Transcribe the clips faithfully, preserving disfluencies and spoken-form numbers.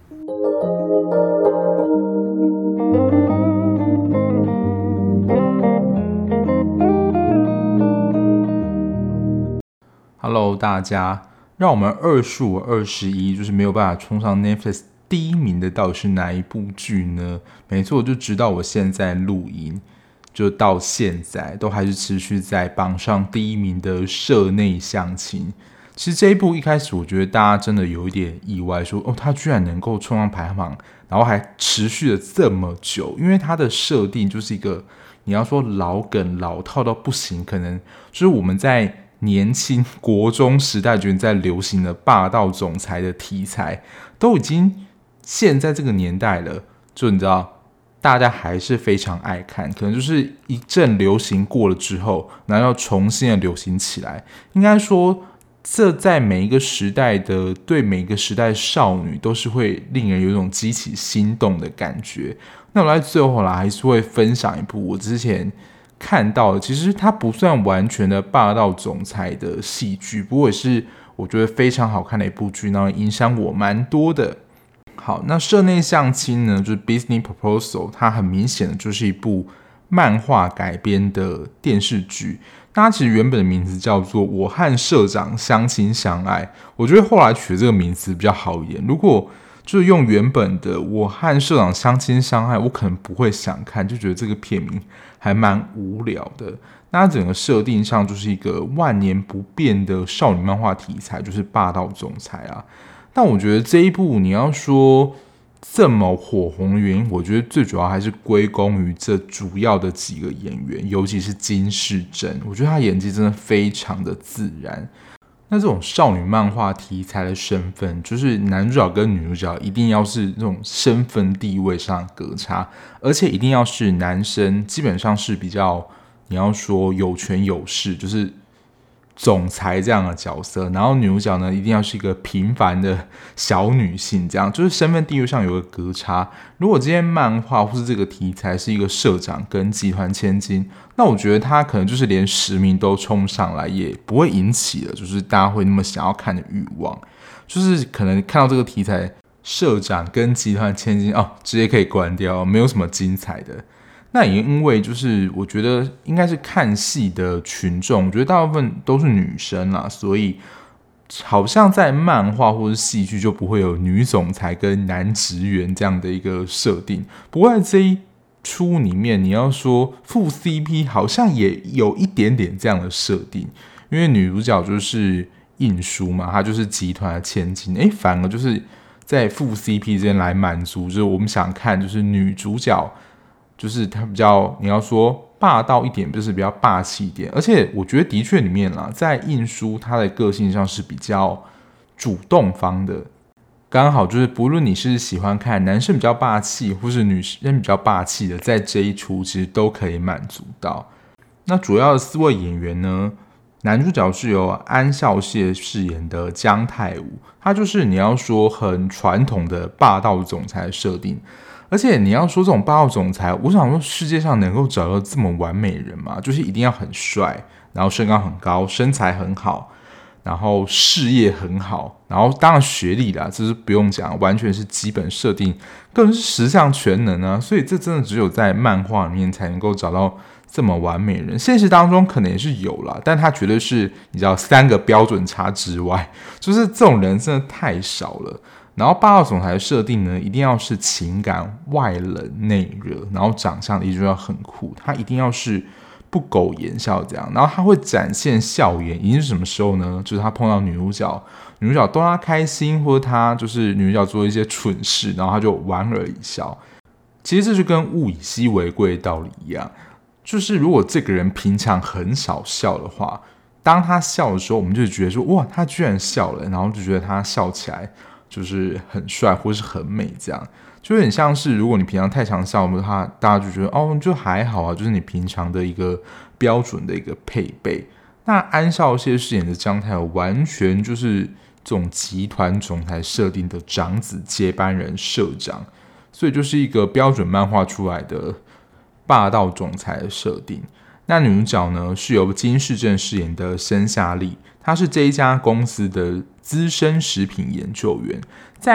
Hello， 大家，让我们二十五、二十一，就是没有办法冲上 Netflix 第一名的，到底是哪一部剧呢？没错，就直到我现在录音，就到现在都还是持续在榜上第一名的《社内相亲》。其实这一部一开始，我觉得大家真的有一点意外说，说哦，它居然能够冲上排行榜，然后还持续了这么久，因为它的设定就是一个你要说老梗、老套到不行，可能就是我们在年轻国中时代觉得在流行的霸道总裁的题材，都已经现在这个年代了，就你知道，大家还是非常爱看，可能就是一阵流行过了之后，然后要重新的流行起来。应该说，这在每一个时代的对每一个时代的少女都是会令人有一种激起心动的感觉。那我在最后啦，还是会分享一部我之前看到的，其实它不算完全的霸道总裁的戏剧，不过也是我觉得非常好看的一部剧，然后影响我蛮多的。好，那社内相亲呢，就是 Business Proposal， 它很明显的就是一部漫画改编的电视剧。它其实原本的名字叫做《我和社长相亲相爱》，我觉得后来取这个名字比较好一点。如果就是用原本的我和社长相亲相爱，我可能不会想看，就觉得这个片名还蛮无聊的。那它整个设定上就是一个万年不变的少女漫画题材，就是霸道总裁啊。但我觉得这一部你要说这么火红的原因，我觉得最主要还是归功于这主要的几个演员，尤其是金世正，我觉得他演技真的非常的自然。那这种少女漫画题材的身份，就是男主角跟女主角一定要是这种身份地位上的隔差，而且一定要是男生基本上是比较你要说有权有势，就是总裁这样的角色，然后女主角呢一定要是一个平凡的小女性，这样就是身份地位上有个隔差。如果今天漫画或是这个题材是一个社长跟集团千金，那我觉得他可能就是连实名都冲上来，也不会引起了就是大家会那么想要看的欲望。就是可能看到这个题材，社长跟集团千金哦，直接可以关掉，没有什么精彩的。那也因为就是我觉得应该是看戏的群众，我觉得大部分都是女生啦，所以好像在漫画或是戏剧就不会有女总裁跟男职员这样的一个设定。不过在这一出里面，你要说副 C P 好像也有一点点这样的设定，因为女主角就是印书嘛，她就是集团的千金，诶，反而就是在副 C P 之间来满足，就是我们想看就是女主角。就是他比较，你要说霸道一点，就是比较霸气一点。而且我觉得的确里面啦，在印书他的个性上是比较主动方的，刚好就是不论你是喜欢看男生比较霸气，或是女生比较霸气的，在这一出其实都可以满足到。那主要的四位演员呢，男主角是由安孝燮饰演的姜泰武，他就是你要说很传统的霸道总裁的设定。而且你要说这种霸道总裁，我想说世界上能够找到这么完美的人吗？就是一定要很帅，然后身高很高，身材很好，然后事业很好，然后当然学历啦，这是不用讲，完全是基本设定，更是十项全能啊！所以这真的只有在漫画里面才能够找到这么完美的人。现实当中可能也是有啦，但他绝对是你知道三个标准差之外，就是这种人真的太少了。然后霸道总裁的设定呢，一定要是情感外冷内热，然后长相一定要很酷，他一定要是不苟言笑这样，然后他会展现笑颜，一定是什么时候呢？就是他碰到女主角，女主角逗他开心，或者他就是女主角做一些蠢事，然后他就莞尔一笑。其实这就跟物以稀为贵的道理一样，就是如果这个人平常很少笑的话，当他笑的时候，我们就觉得说哇，他居然笑了，然后就觉得他笑起来就是很帅或是很美，这样就有点像是如果你平常太常笑的话，大家就觉得哦就还好啊，就是你平常的一个标准的一个配备。那安孝燮饰演的姜泰武完全就是这种集团总裁设定的长子接班人社长，所以就是一个标准漫画出来的霸道总裁的设定。那女主角呢是由金世正饰演的申夏丽，她是这一家公司的资深食品研究员，在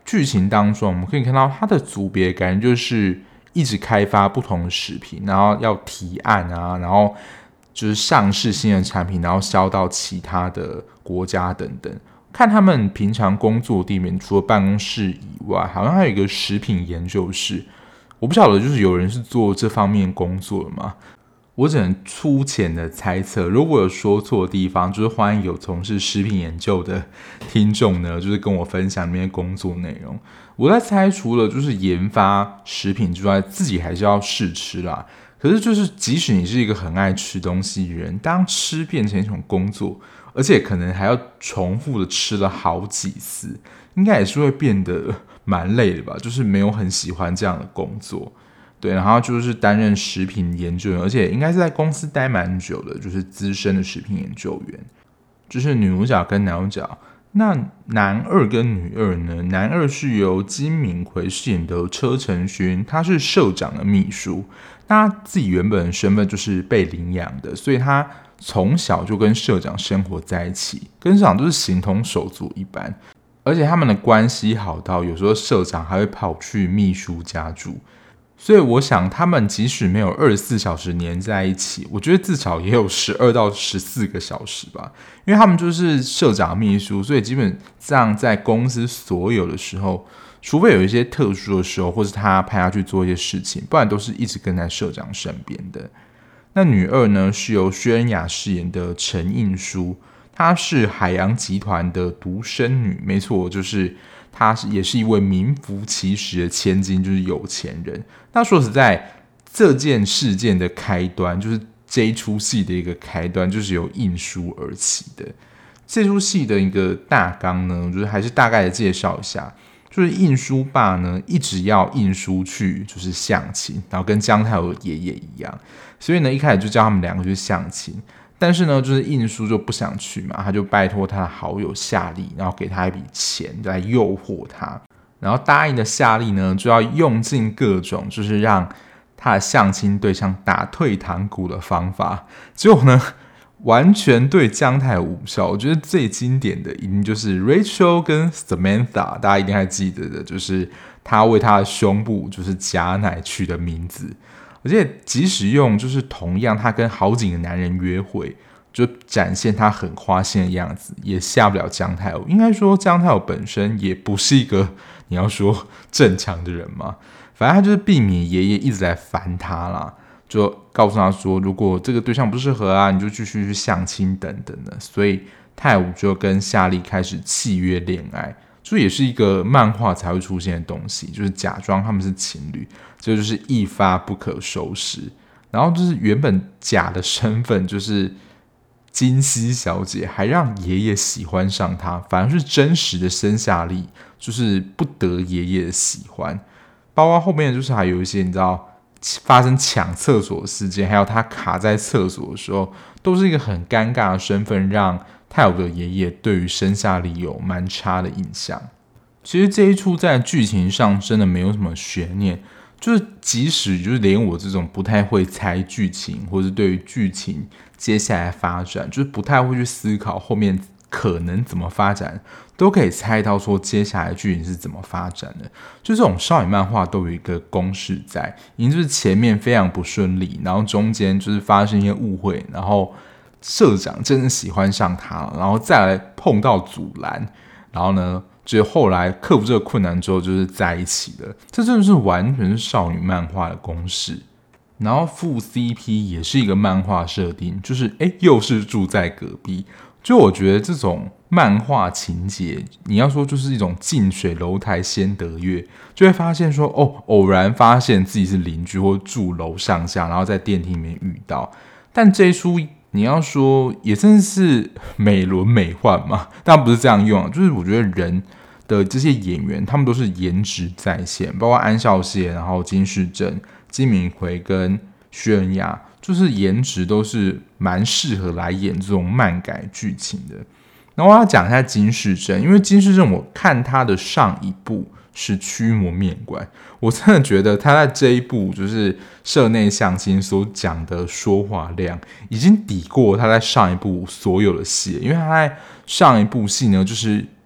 剧情当中，我们可以看到它的组别感觉就是一直开发不同的食品，然后要提案啊，然后就是上市新的产品，然后销到其他的国家等等。看他们平常工作地面，除了办公室以外，好像还有一个食品研究室。我不晓得，就是有人是做这方面工作的吗？我只能粗浅的猜测，如果有说错的地方，就是欢迎有从事食品研究的听众呢，就是跟我分享里面的工作内容。我在猜，除了就是研发食品之外，自己还是要试吃啦。可是就是即使你是一个很爱吃东西的人，当吃变成一种工作，而且可能还要重复的吃了好几次，应该也是会变得蛮累的吧，就是没有很喜欢这样的工作。对，然后就是担任食品研究员，而且应该是在公司待蛮久的，就是资深的食品研究员。就是女主角跟男主角，那男二跟女二呢？男二是由金敏奎饰演的车承勋，他是社长的秘书。那他自己原本的身份就是被领养的，所以他从小就跟社长生活在一起，跟社长都是形同手足一般。而且他们的关系好到有时候社长还会跑去秘书家住。所以我想，他们即使没有二十四小时黏在一起，我觉得至少也有十二到十四个小时吧。因为他们就是社长秘书，所以基本上在公司所有的时候，除非有一些特殊的时候，或是他派他去做一些事情，不然都是一直跟在社长身边的。那女二呢，是由薛恩雅饰演的陈映舒，她是海洋集团的独生女，没错，就是她也是一位名副其实的千金，就是有钱人。那说实在，这件事件的开端，就是这一出戏的一个开端，就是由映舒而起的。这出戏的一个大纲呢，就是还是大概的介绍一下，就是映舒爸呢一直要映舒去就是相亲，然后跟姜太友爷爷一样，所以呢一开始就叫他们两个去相亲。但是呢，就是映舒就不想去嘛，他就拜托他的好友夏丽，然后给他一笔钱来诱惑他。然后答应的夏丽呢，就要用尽各种就是让他的相亲对象打退堂鼓的方法。结果呢，完全对姜太无效。我觉得最经典的一定就是 Rachel 跟 Samantha， 大家一定还记得的，就是他为他的胸部就是假奶取的名字。而且即使用就是同样他跟好几个男人约会，就展现他很花心的样子，也吓不了姜太友。应该说姜太友本身也不是一个你要说正常的人嘛，反正他就是避免爷爷一直在烦他啦，就告诉他说，如果这个对象不适合啊，你就继续去相亲等等的。所以太武就跟夏丽开始契约恋爱。这也是一个漫画才会出现的东西，就是假装他们是情侣，这就是一发不可收拾。然后就是原本假的身份就是金希小姐，还让爷爷喜欢上她，反而是真实的生夏丽，就是不得爷爷的喜欢。包括后面就是还有一些你知道发生抢厕所的事件，还有他卡在厕所的时候，都是一个很尴尬的身份，让太武的爷爷对于生夏丽有蛮差的印象。其实这一出在剧情上真的没有什么悬念，就是即使就是连我这种不太会猜剧情，或是对于剧情接下来发展，就是不太会去思考后面可能怎么发展，都可以猜到说接下来剧情是怎么发展的。就这种少女漫画都有一个公式在，已经就是前面非常不顺利，然后中间就是发生一些误会，然后社长真的喜欢上他了，然后再来碰到阻拦，然后呢就是后来克服这个困难之后就是在一起了。这真的是完全是少女漫画的公式。然后副 C P 也是一个漫画设定，就是诶又是住在隔壁。就我觉得这种漫画情节，你要说就是一种近水楼台先得月，就会发现说哦，偶然发现自己是邻居或住楼上下，然后在电梯里面遇到。但这一出你要说也真是美轮美奂嘛，但不是这样用啊，就是我觉得人的这些演员他们都是颜值在线，包括安孝燮，然后金世正、金敏奎跟薛恩雅，就是颜值都是蛮适合来演这种漫改剧情的。然后我要讲一下金世正，因为金世正我看他的上一部是《驱魔面馆》，我真的觉得他在这一部就是社内相亲所讲的说话量，已经抵过他在上一部所有的戏了。因为他在上一部戏呢，就是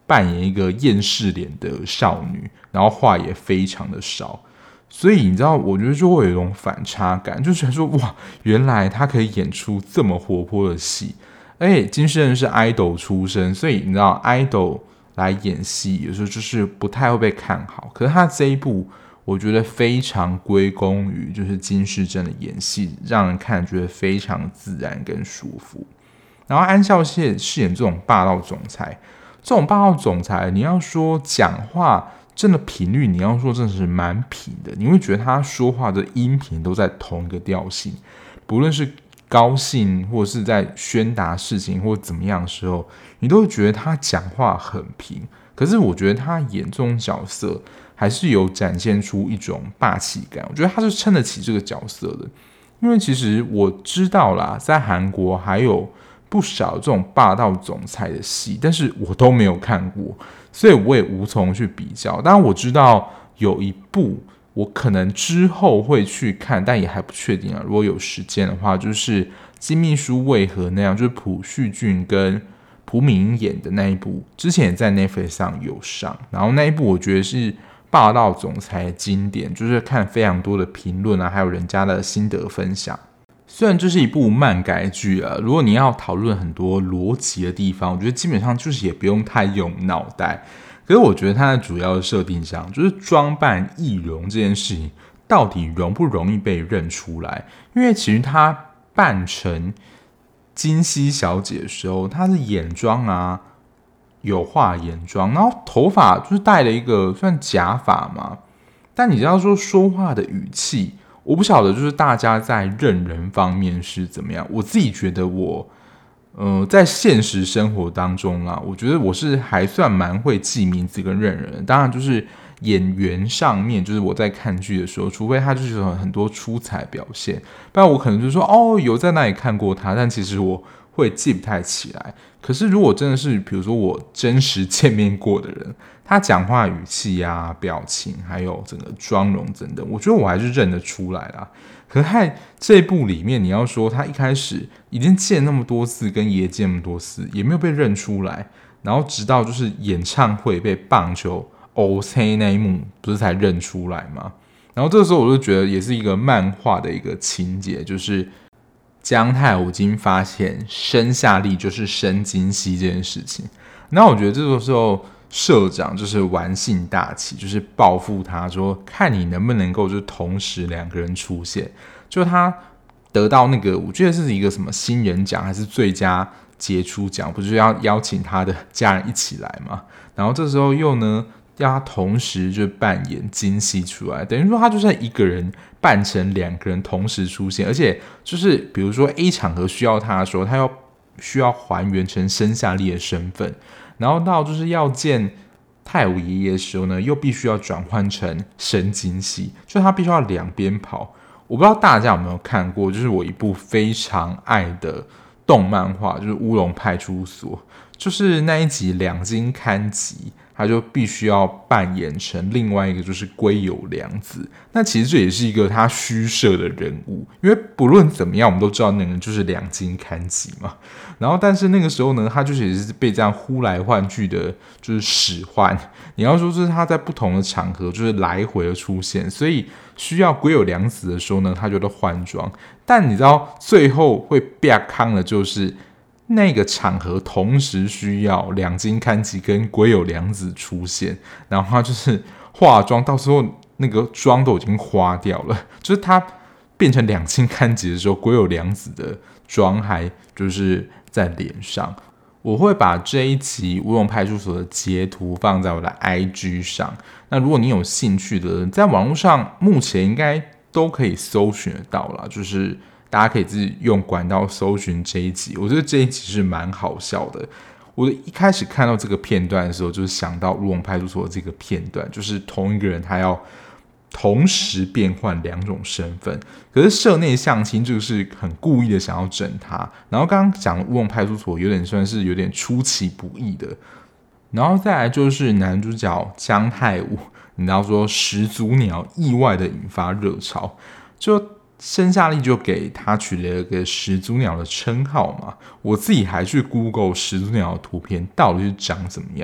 扮演一个厌世脸的少女，然后话也非常的少。所以你知道，我觉得就会有一种反差感，就觉得说哇，原来他可以演出这么活泼的戏。而且金世正是 idol 出身，所以你知道 idol 来演戏有时候就是不太会被看好。可是他这一部，我觉得非常归功于就是金世正的演戏，让人看觉得非常自然跟舒服。然后安孝燮饰演这种霸道总裁，这种霸道总裁，你要说讲话真的频率，你要说真的是蛮平的，你会觉得他说话的音频都在同一个调性，不论是高兴或者是在宣达事情或怎么样的时候，你都会觉得他讲话很平。可是我觉得他演这种角色还是有展现出一种霸气感，我觉得他是撑得起这个角色的。因为其实我知道啦，在韩国还有不少这种霸道总裁的戏，但是我都没有看过，所以我也无从去比较。当然我知道有一部我可能之后会去看，但也还不确定啊。如果有时间的话，就是金秘书为何那样，就是朴叙俊跟朴敏英演的那一部，之前也在 Netflix 上有上。然后那一部我觉得是霸道总裁的经典，就是看非常多的评论啊，还有人家的心得分享。虽然这是一部漫改剧啊，如果你要讨论很多逻辑的地方，我觉得基本上就是也不用太用脑袋。可是我觉得它在主要的设定上，就是装扮易容这件事情，到底容不容易被认出来？因为其实她扮成金熙小姐的时候，她的眼妆啊有画眼妆，然后头发就是戴了一个算假发嘛。但你知道说说话的语气，我不晓得就是大家在认人方面是怎么样。我自己觉得我。呃，在现实生活当中啦，我觉得我是还算蛮会记名字跟认人的。当然，就是演员上面，就是我在看剧的时候，除非他就是有很多出彩表现，不然我可能就说哦，有在那里看过他，但其实我会记不太起来。可是如果真的是，比如说我真实见面过的人，他讲话语气啊、表情，还有整个妆容等等，我觉得我还是认得出来啦。可是在这一部里面，你要说他一开始已经见那么多次，跟爷见那么多次，也没有被认出来，然后直到就是演唱会被棒球 O C 那一幕，不是才认出来吗？然后这个时候我就觉得也是一个漫画的一个情节，就是姜太武金发现生夏利就是生金熙这件事情。那我觉得这个时候社长就是玩性大起，就是报复他说，看你能不能够就是同时两个人出现。就他得到那个，我觉得是一个什么新人奖还是最佳杰出奖，不是要邀请他的家人一起来嘛？然后这时候又呢，要他同时就扮演金熙出来，等于说他就是一个人扮成两个人同时出现，而且就是比如说 A 场合需要他的时候，他要需要还原成生夏利的身份。然后到就是要见太武爷爷的时候呢，又必须要转换成神金熙，就他必须要两边跑。我不知道大家有没有看过，就是我一部非常爱的动漫画，就是《乌龙派出所》，就是那一集两金刊吉，他就必须要扮演成另外一个就是龟友良子。那其实这也是一个他虚设的人物，因为不论怎么样，我们都知道那个人就是两金刊吉嘛。然后，但是那个时候呢，他就是也是被这样呼来唤去的，就是使唤。你要说就是他在不同的场合就是来回的出现，所以需要龟友良子的时候呢，他就在换装。但你知道最后会被康的就是那个场合同时需要两金刊吉跟龟友良子出现，然后他就是化妆，到时候那个妆都已经花掉了，就是他变成两金刊吉的时候，龟友良子的妆还就是在脸上。我会把这一集乌龙派出所的截图放在我的 I G 上，那如果你有兴趣的人，在网络上目前应该都可以搜寻得到啦，就是大家可以自己用管道搜寻这一集。我觉得这一集是蛮好笑的。我一开始看到这个片段的时候，就是想到乌龙派出所这个片段，就是同一个人他要同时变换两种身份，可是社内相亲就是很故意的想要整他。然后刚刚讲的乌龙派出所有点算是有点出其不意的。然后再来就是男主角姜太武，你知道说始祖鸟意外的引发热潮，就生夏利就给他取了一个始祖鸟的称号嘛。我自己还去 Google 始祖鸟的图片到底是长怎么样，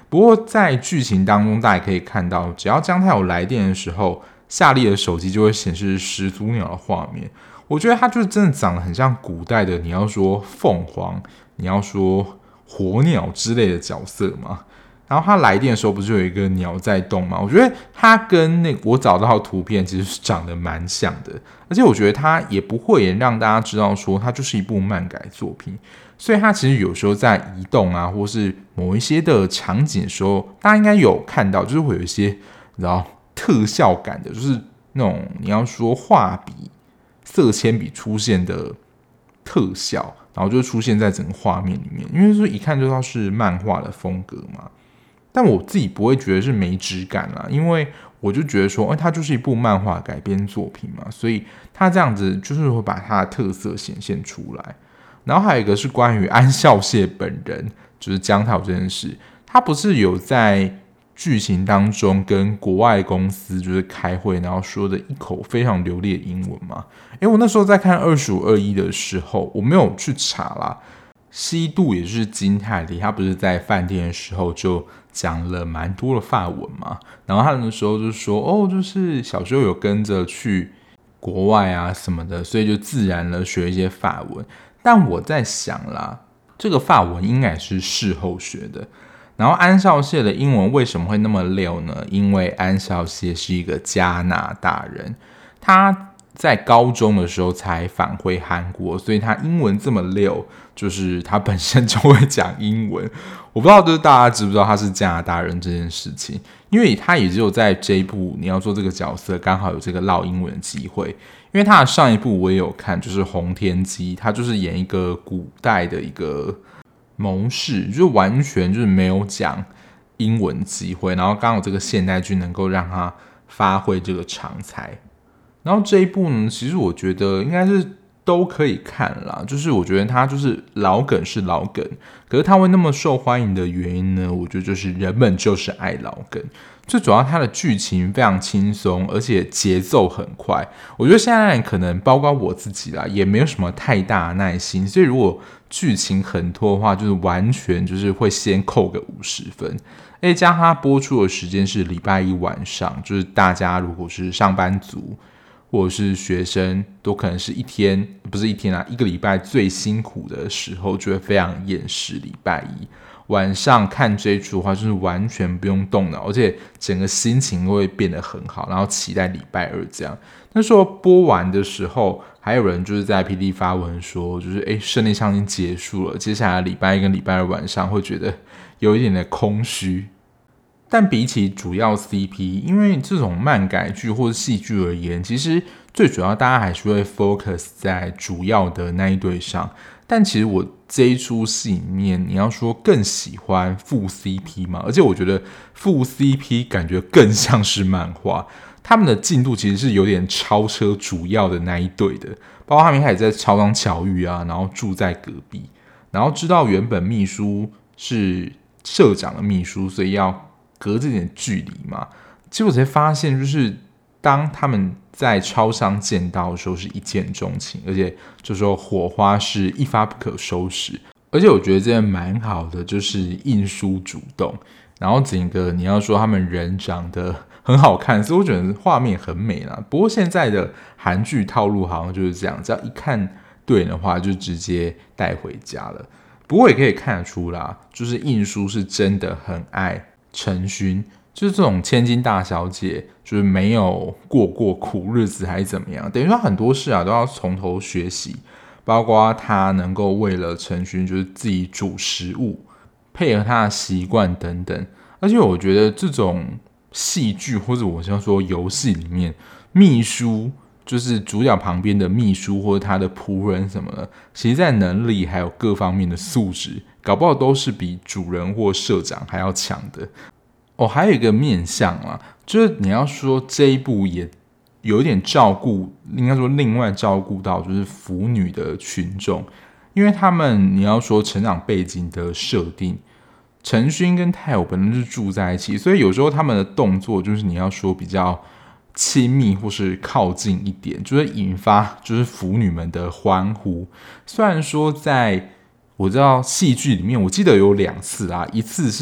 不过在剧情当中，大家也可以看到，只要姜太有来电的时候，夏利的手机就会显示始祖鸟的画面。我觉得它就是真的长得很像古代的，你要说凤凰，你要说火鸟之类的角色嘛。然后它来电的时候不是有一个鸟在动吗？我觉得它跟那个我找到的图片其实是长得蛮像的，而且我觉得它也不会也让大家知道说它就是一部漫改作品，所以它其实有时候在移动啊，或是某一些的场景的时候，大家应该有看到，就是会有一些你知道特效感的，就是那种你要说画笔、色铅笔出现的特效，然后就出现在整个画面里面，因为说一看就知道是漫画的风格嘛。但我自己不会觉得是没质感啦，因为我就觉得说，哎，它就是一部漫画改编作品嘛，所以它这样子就是会把它的特色显现出来。然后还有一个是关于安孝燮本人，就是姜太这件事，他不是有在剧情当中跟国外公司就是开会，然后说的一口非常流利的英文吗？哎，我那时候在看二十五二一的时候，我没有去查啦。西渡也就是金泰梨，他不是在饭店的时候就讲了蛮多的法文嘛，然后他那时候就说，哦，就是小时候有跟着去国外啊什么的，所以就自然了学一些法文。但我在想啦，这个法文应该是事后学的。然后安孝燮的英文为什么会那么溜呢？因为安孝燮是一个加拿大人，他在高中的时候才返回韩国，所以他英文这么溜，就是他本身就会讲英文。我不知道就是大家知不知道他是加拿大人这件事情，因为他也只有在这一部你要做这个角色刚好有这个烙英文的机会。因为他的上一部我也有看，就是《洪天基》，他就是演一个古代的一个谋士，就是完全就是没有讲英文机会，然后刚好这个现代剧能够让他发挥这个长才。然后这一部呢，其实我觉得应该是都可以看啦，就是我觉得它就是老梗是老梗，可是它会那么受欢迎的原因呢，我觉得就是人们就是爱老梗。最主要它的剧情非常轻松，而且节奏很快。我觉得现在人可能包括我自己啦，也没有什么太大的耐心，所以如果剧情很拖的话，就是完全就是会先扣个五十分。而且加上它播出的时间是礼拜一晚上，就是大家如果是上班族或者是学生，都可能是一天不是一天啊，一个礼拜最辛苦的时候，就会非常厌世。礼拜一晚上看这一出的话，就是完全不用动脑，而且整个心情会变得很好，然后期待礼拜二这样。那时候播完的时候，还有人就是在 P D 发文说，就是哎，胜利项已经结束了，接下来礼拜一跟礼拜二晚上会觉得有一点的空虚。但比起主要 C P， 因为这种漫改剧或者戏剧而言，其实最主要大家还是会 focus 在主要的那一对上。但其实我这一出戏里面，你要说更喜欢副 C P 嘛？而且我觉得副 C P 感觉更像是漫画，他们的进度其实是有点超车主要的那一对的，包括他们一开始在超商巧遇啊，然后住在隔壁，然后知道原本秘书是社长的秘书，所以要隔这点距离嘛。结果才发现，就是当他们在超商见到的时候是一见钟情，而且就说火花是一发不可收拾。而且我觉得这蛮好的，就是印书主动，然后整个你要说他们人长得很好看，所以我觉得画面很美啦。不过现在的韩剧套路好像就是这样，只要一看对的话，就直接带回家了。不过也可以看得出啦，就是印书是真的很爱陈勋，就是这种千金大小姐，就是没有过过苦日子还是怎么样，等于说很多事啊都要从头学习，包括她能够为了陈勋就是自己煮食物，配合他的习惯等等。而且我觉得这种戏剧或者我想说游戏里面，秘书就是主角旁边的秘书或者他的仆人什么的，其实在能力还有各方面的素质，搞不好都是比主人或社长还要强的。哦，还有一个面向啊，就是你要说这一部也有一点照顾，应该说另外照顾到就是腐女的群众，因为他们你要说成长背景的设定，陈勋跟泰友本身是住在一起，所以有时候他们的动作就是你要说比较亲密或是靠近一点，就会引发就是腐女们的欢呼。虽然说在我知道戏剧里面，我记得有两次啊，一次是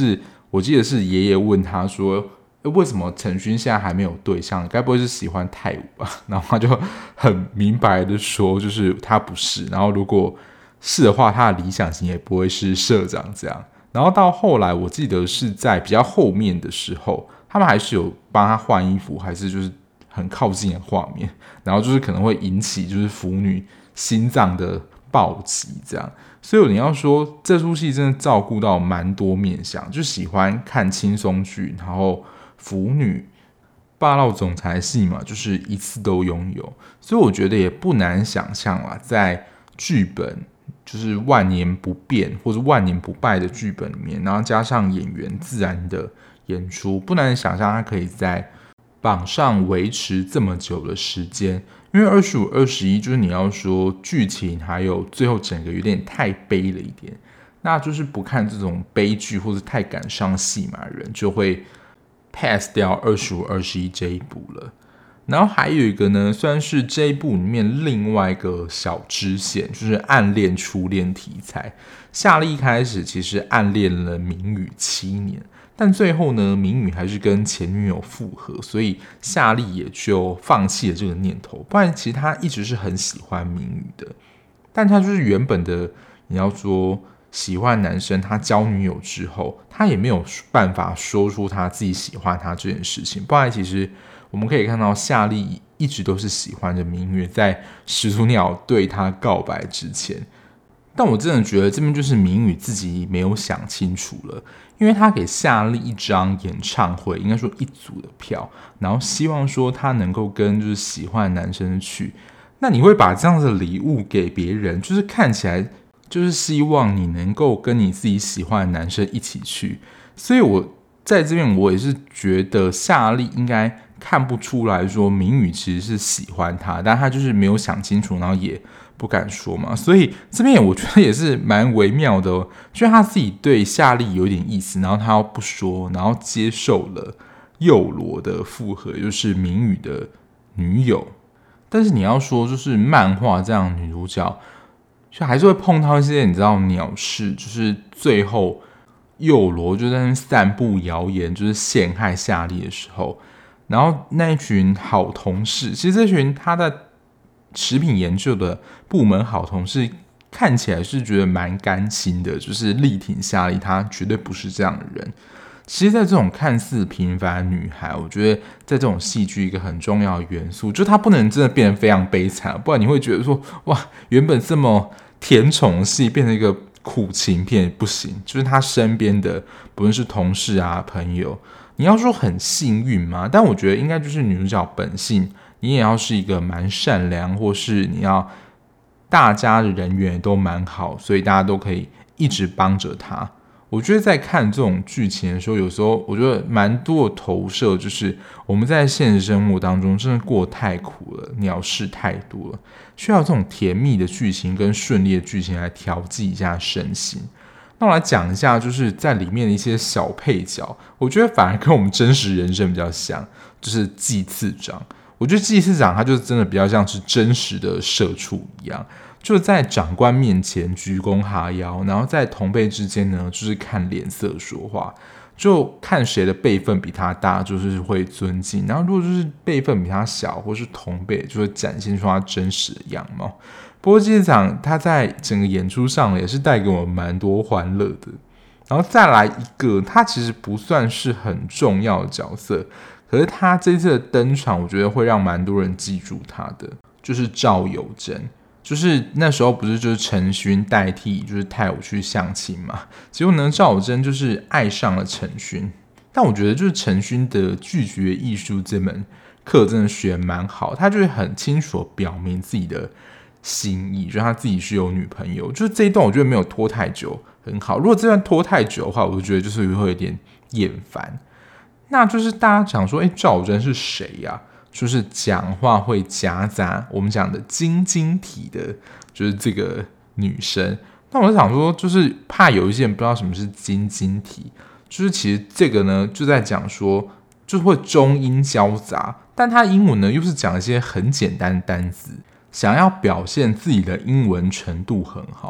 我记得是爷爷问他说，为什么陈勋现在还没有对象？该不会是喜欢泰武吧？然后他就很明白的说，就是他不是。然后如果是的话，他的理想型也不会是社长这样。然后到后来，我记得是在比较后面的时候，他们还是有帮他换衣服，还是就是很靠近的画面，然后就是可能会引起就是腐女心脏的暴击这样。所以你要说这出戏真的照顾到蛮多面向，就喜欢看轻松剧，然后腐女霸道总裁戏嘛，就是一次都拥有。所以我觉得也不难想象啦，在剧本就是万年不变或者万年不败的剧本里面，然后加上演员自然的演出，不难想象他可以在榜上维持这么久的时间。因为二十五、二十一，就是你要说剧情还有最后整个有点太悲了一点，那就是不看这种悲剧或者太感伤戏码的人就会 pass 掉二十五、二十一这一部了。然后还有一个呢，算是这一部里面另外一个小支线，就是暗恋初恋题材。夏利一开始其实暗恋了明宇七年，但最后呢，明宇还是跟前女友复合，所以夏利也就放弃了这个念头。不然其实他一直是很喜欢明宇的，但他就是原本的你要说喜欢男生，他交女友之后，他也没有办法说出他自己喜欢他这件事情。不然其实我们可以看到夏利一直都是喜欢着明宇，在始祖鸟对他告白之前。但我真的觉得这边就是明宇自己没有想清楚了，因为他给夏利一张演唱会，应该说一组的票，然后希望说他能够跟就是喜欢的男生去。那你会把这样的礼物给别人，就是看起来就是希望你能够跟你自己喜欢的男生一起去。所以我在这边我也是觉得夏利应该看不出来说明宇其实是喜欢他，但他就是没有想清楚，然后也不敢说嘛。所以这边我觉得也是蛮微妙的哦，就是他自己对夏利有点意思，然后他又不说，然后接受了佑罗的复合，就是明宇的女友。但是你要说就是漫画这样的女主角，就还是会碰到一些你知道鸟事，就是最后佑罗就在那散布谣言，就是陷害夏利的时候，然后那一群好同事，其实这群他在食品研究的部门好同事看起来是觉得蛮甘心的，就是力挺夏利，他绝对不是这样的人。其实在这种看似平凡的女孩，我觉得在这种戏剧一个很重要的元素，就是她不能真的变得非常悲惨，不然你会觉得说哇，原本这么甜宠的戏变成一个苦情片不行。就是她身边的不论是同事啊朋友，你要说很幸运吗？但我觉得应该就是女主角本性，你也要是一个蛮善良，或是你要大家的人缘都蛮好，所以大家都可以一直帮着她。我觉得在看这种剧情的时候，有时候我觉得蛮多的投射，就是我们在现实生活当中真的过得太苦了，鸟事太多了，需要这种甜蜜的剧情跟顺利的剧情来调剂一下身心。那我来讲一下，就是在里面的一些小配角，我觉得反而跟我们真实人生比较像，就是祭次长。我觉得祭次长他就真的比较像是真实的社畜一样。就在长官面前鞠躬哈腰，然后在同辈之间呢，就是看脸色说话，就看谁的辈分比他大，就是会尊敬；然后如果就是辈分比他小，或是同辈，就会展现出他真实的样貌。不过机长他在整个演出上也是带给我们蛮多欢乐的。然后再来一个，他其实不算是很重要的角色，可是他这次的登场，我觉得会让蛮多人记住他的，就是赵有贞。就是那时候不是就是陈勋代替就是泰武去相亲嘛，结果呢赵有贞就是爱上了陈勋，但我觉得就是陈勋的拒绝艺术这门课真的学蛮好，他就是很清楚地表明自己的心意，就是他自己是有女朋友，就是这一段我觉得没有拖太久，很好。如果这段拖太久的话，我就觉得就是会有点厌烦。那就是大家讲说，哎，赵有贞是谁呀、啊？就是讲话会夹杂我们讲的晶晶体的，就是这个女生。那我就想说，就是怕有一些人不知道什么是晶晶体，就是其实这个呢就在讲说，就是会中英交杂，但它英文呢又是讲一些很简单的单字，想要表现自己的英文程度很好。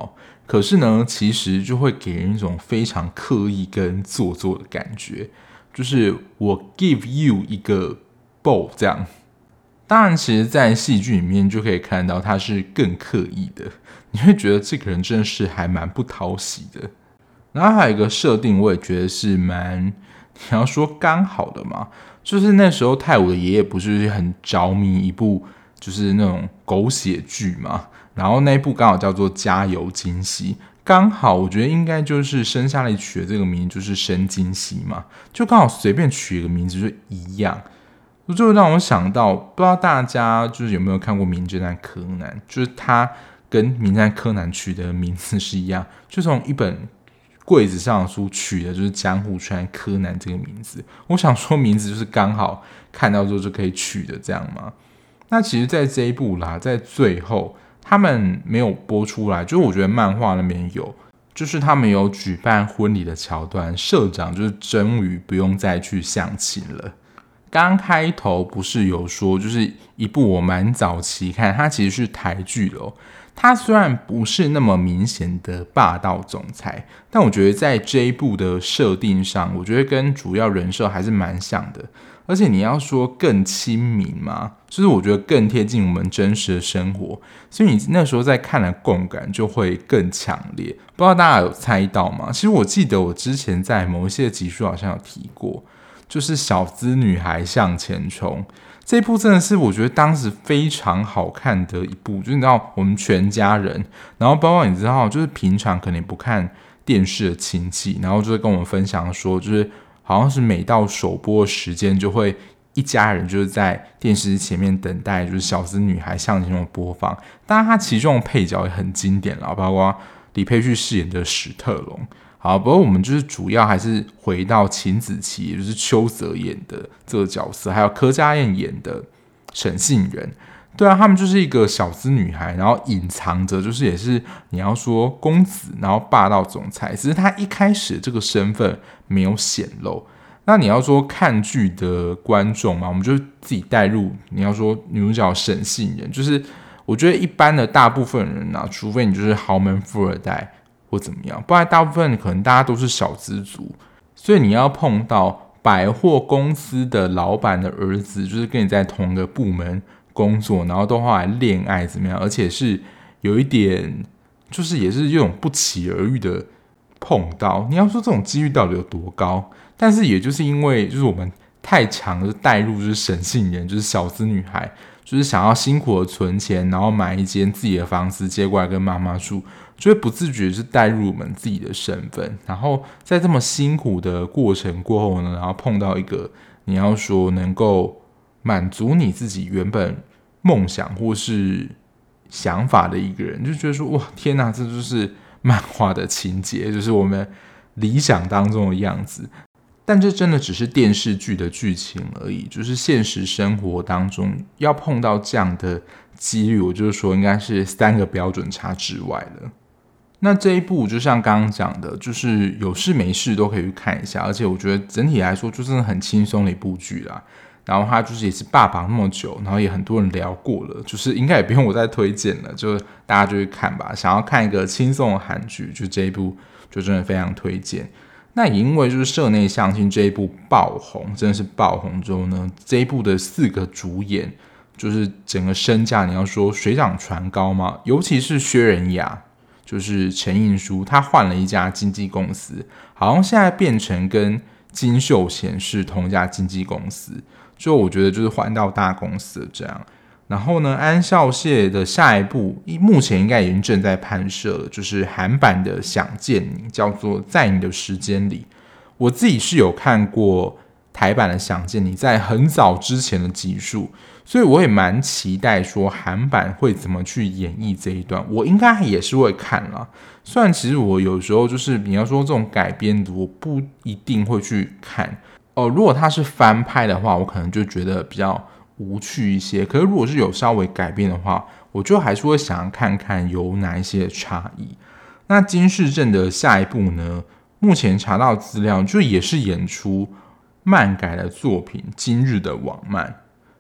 可是呢，其实就会给人一种非常刻意跟做作的感觉，就是我 give you 一个 bowl 这样。当然，其实，在戏剧里面就可以看到他是更刻意的，你会觉得这个人真的是还蛮不讨喜的。然后还有一个设定，我也觉得是蛮，你要说刚好的嘛，就是那时候泰武的爷爷不是很着迷一部就是那种狗血剧嘛，然后那一部刚好叫做《加油金熙》，刚好我觉得应该就是生下来取的这个名字就是申金熙嘛，就刚好随便取一个名字就一样。就让我想到，不知道大家就是有没有看过《名侦探柯南》，就是他跟《名侦探柯南》取的名字是一样，就从一本柜子上的书取的就是江户川柯南这个名字。我想说，名字就是刚好看到之后就可以取的这样吗？那其实，在这一部啦，在最后他们没有播出来，就是我觉得漫画那边有，就是他们有举办婚礼的桥段，社长就是终于不用再去相亲了。刚开头不是有说，就是一部我蛮早期看，它其实是台剧的哦。它虽然不是那么明显的霸道总裁，但我觉得在这一部的设定上，我觉得跟主要人设还是蛮像的。而且你要说更亲民嘛，就是我觉得更贴近我们真实的生活，所以你那时候在看的共感就会更强烈。不知道大家有猜到吗？其实我记得我之前在某一些集数好像有提过。就是小资女孩向前冲这一部真的是我觉得当时非常好看的一部，就是你知道我们全家人，然后包括你知道就是平常可能不看电视的亲戚，然后就会跟我们分享说，就是好像是每到首播的时间就会一家人就是在电视前面等待，就是小资女孩向前冲的播放。当然它其中的配角也很经典啦，包括李佩旭饰演的史特龙。好，不过我们就是主要还是回到秦子琪，也就是邱泽演的这个角色，还有柯佳燕演的沈杏仁。对啊，他们就是一个小资女孩，然后隐藏着就是也是你要说公子，然后霸道总裁，只是他一开始这个身份没有显露。那你要说看剧的观众嘛，我们就自己带入。你要说女主角沈杏仁，就是我觉得一般的大部分人啊，除非你就是豪门富二代。或怎么样，不然大部分可能大家都是小资族，所以你要碰到百货公司的老板的儿子，就是跟你在同个部门工作，然后都后来恋爱怎么样，而且是有一点，就是也是这种不期而遇的碰到。你要说这种几率到底有多高？但是也就是因为就是我们太强的带入，就是沈杏仁，就是小资女孩，就是想要辛苦的存钱，然后买一间自己的房子接过来跟妈妈住。就会不自觉是带入我们自己的身份，然后在这么辛苦的过程过后呢，然后碰到一个你要说能够满足你自己原本梦想或是想法的一个人，就觉得说哇天哪，这就是漫画的情节，就是我们理想当中的样子。但这真的只是电视剧的剧情而已，就是现实生活当中要碰到这样的几率，我就是说应该是三个标准差之外了。那这一部就像刚刚讲的，就是有事没事都可以去看一下，而且我觉得整体来说就真的很轻松的一部剧啦。然后它就是也是霸榜那么久，然后也很多人聊过了，就是应该也不用我再推荐了，就大家就去看吧。想要看一个轻松的韩剧，就这一部就真的非常推荐。那也因为就是社内相亲这一部爆红，真的是爆红之后呢，这一部的四个主演就是整个身价你要说水涨船高嘛，尤其是薛仁雅。就是陈映舒，他换了一家经纪公司，好像现在变成跟金秀贤是同一家经纪公司，就我觉得就是换到大公司了这样。然后呢，安孝燮的下一部目前应该已经正在拍摄了，就是韩版的《想见你》，叫做《在你的时间里》。我自己是有看过台版的《想见你》，在很早之前的集数。所以我也蛮期待说韩版会怎么去演绎这一段，我应该也是会看啦。虽然其实我有时候就是你要说这种改编的，我不一定会去看哦。如果它是翻拍的话，我可能就觉得比较无趣一些。可是如果是有稍微改编的话，我就还是会想要看看有哪一些差异。那金世正的下一部呢？目前查到资料，就也是演出漫改的作品《今日的网漫》。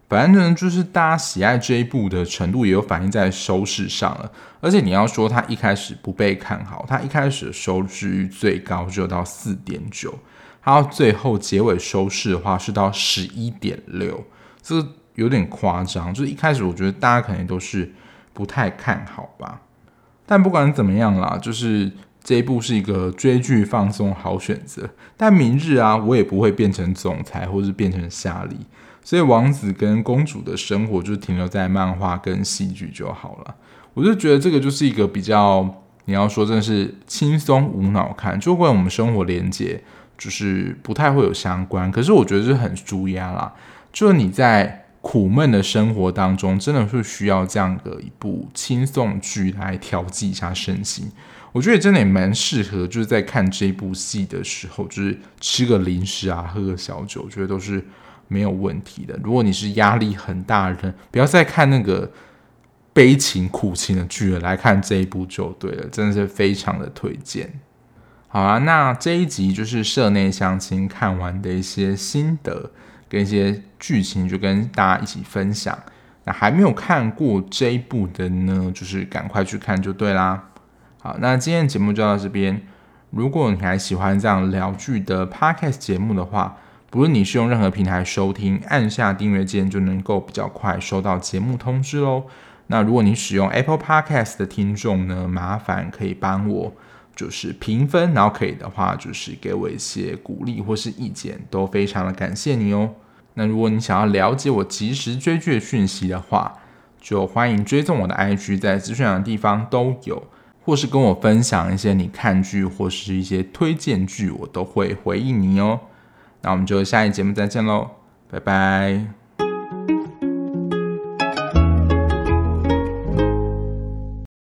反正呢，就是大家喜爱这一部的程度也有反映在收视上了。而且你要说它一开始不被看好，它一开始的收视率最高只有到 四点九， 它到最后结尾收视的话是到 十一点六， 这个有点夸张。就是一开始我觉得大家可能都是不太看好吧。但不管怎么样啦，就是这一部是一个追剧放松好选择。但明日啊，我也不会变成总裁或是变成夏利。所以王子跟公主的生活就停留在漫画跟戏剧就好了。我就觉得这个就是一个比较，你要说真的是轻松无脑看，就跟我们生活连结就是不太会有相关。可是我觉得是很舒压啦，就是你在苦闷的生活当中，真的是需要这样的一部轻松剧来调剂一下身心。我觉得真的也蛮适合，就是在看这部戏的时候，就是吃个零食啊，喝个小酒，我觉得都是没有问题的。如果你是压力很大的人，不要再看那个悲情苦情的剧了，来看这一部就对了，真的是非常的推荐。好啦，那这一集就是社内相亲看完的一些心得跟一些剧情，就跟大家一起分享。那还没有看过这一部的呢，就是赶快去看就对啦。好，那今天的节目就到这边。如果你还喜欢这样聊剧的 podcast 节目的话，不论你是用任何平台收听，按下订阅键就能够比较快收到节目通知咯。那如果你使用 Apple Podcast 的听众呢，麻烦可以帮我就是评分，然后可以的话就是给我一些鼓励或是意见，都非常的感谢你哦。那如果你想要了解我即时追剧的讯息的话，就欢迎追踪我的 I G， 在资讯栏的地方都有，或是跟我分享一些你看剧或是一些推荐剧，我都会回应你哦。那我们就下一节目再见咯，拜拜。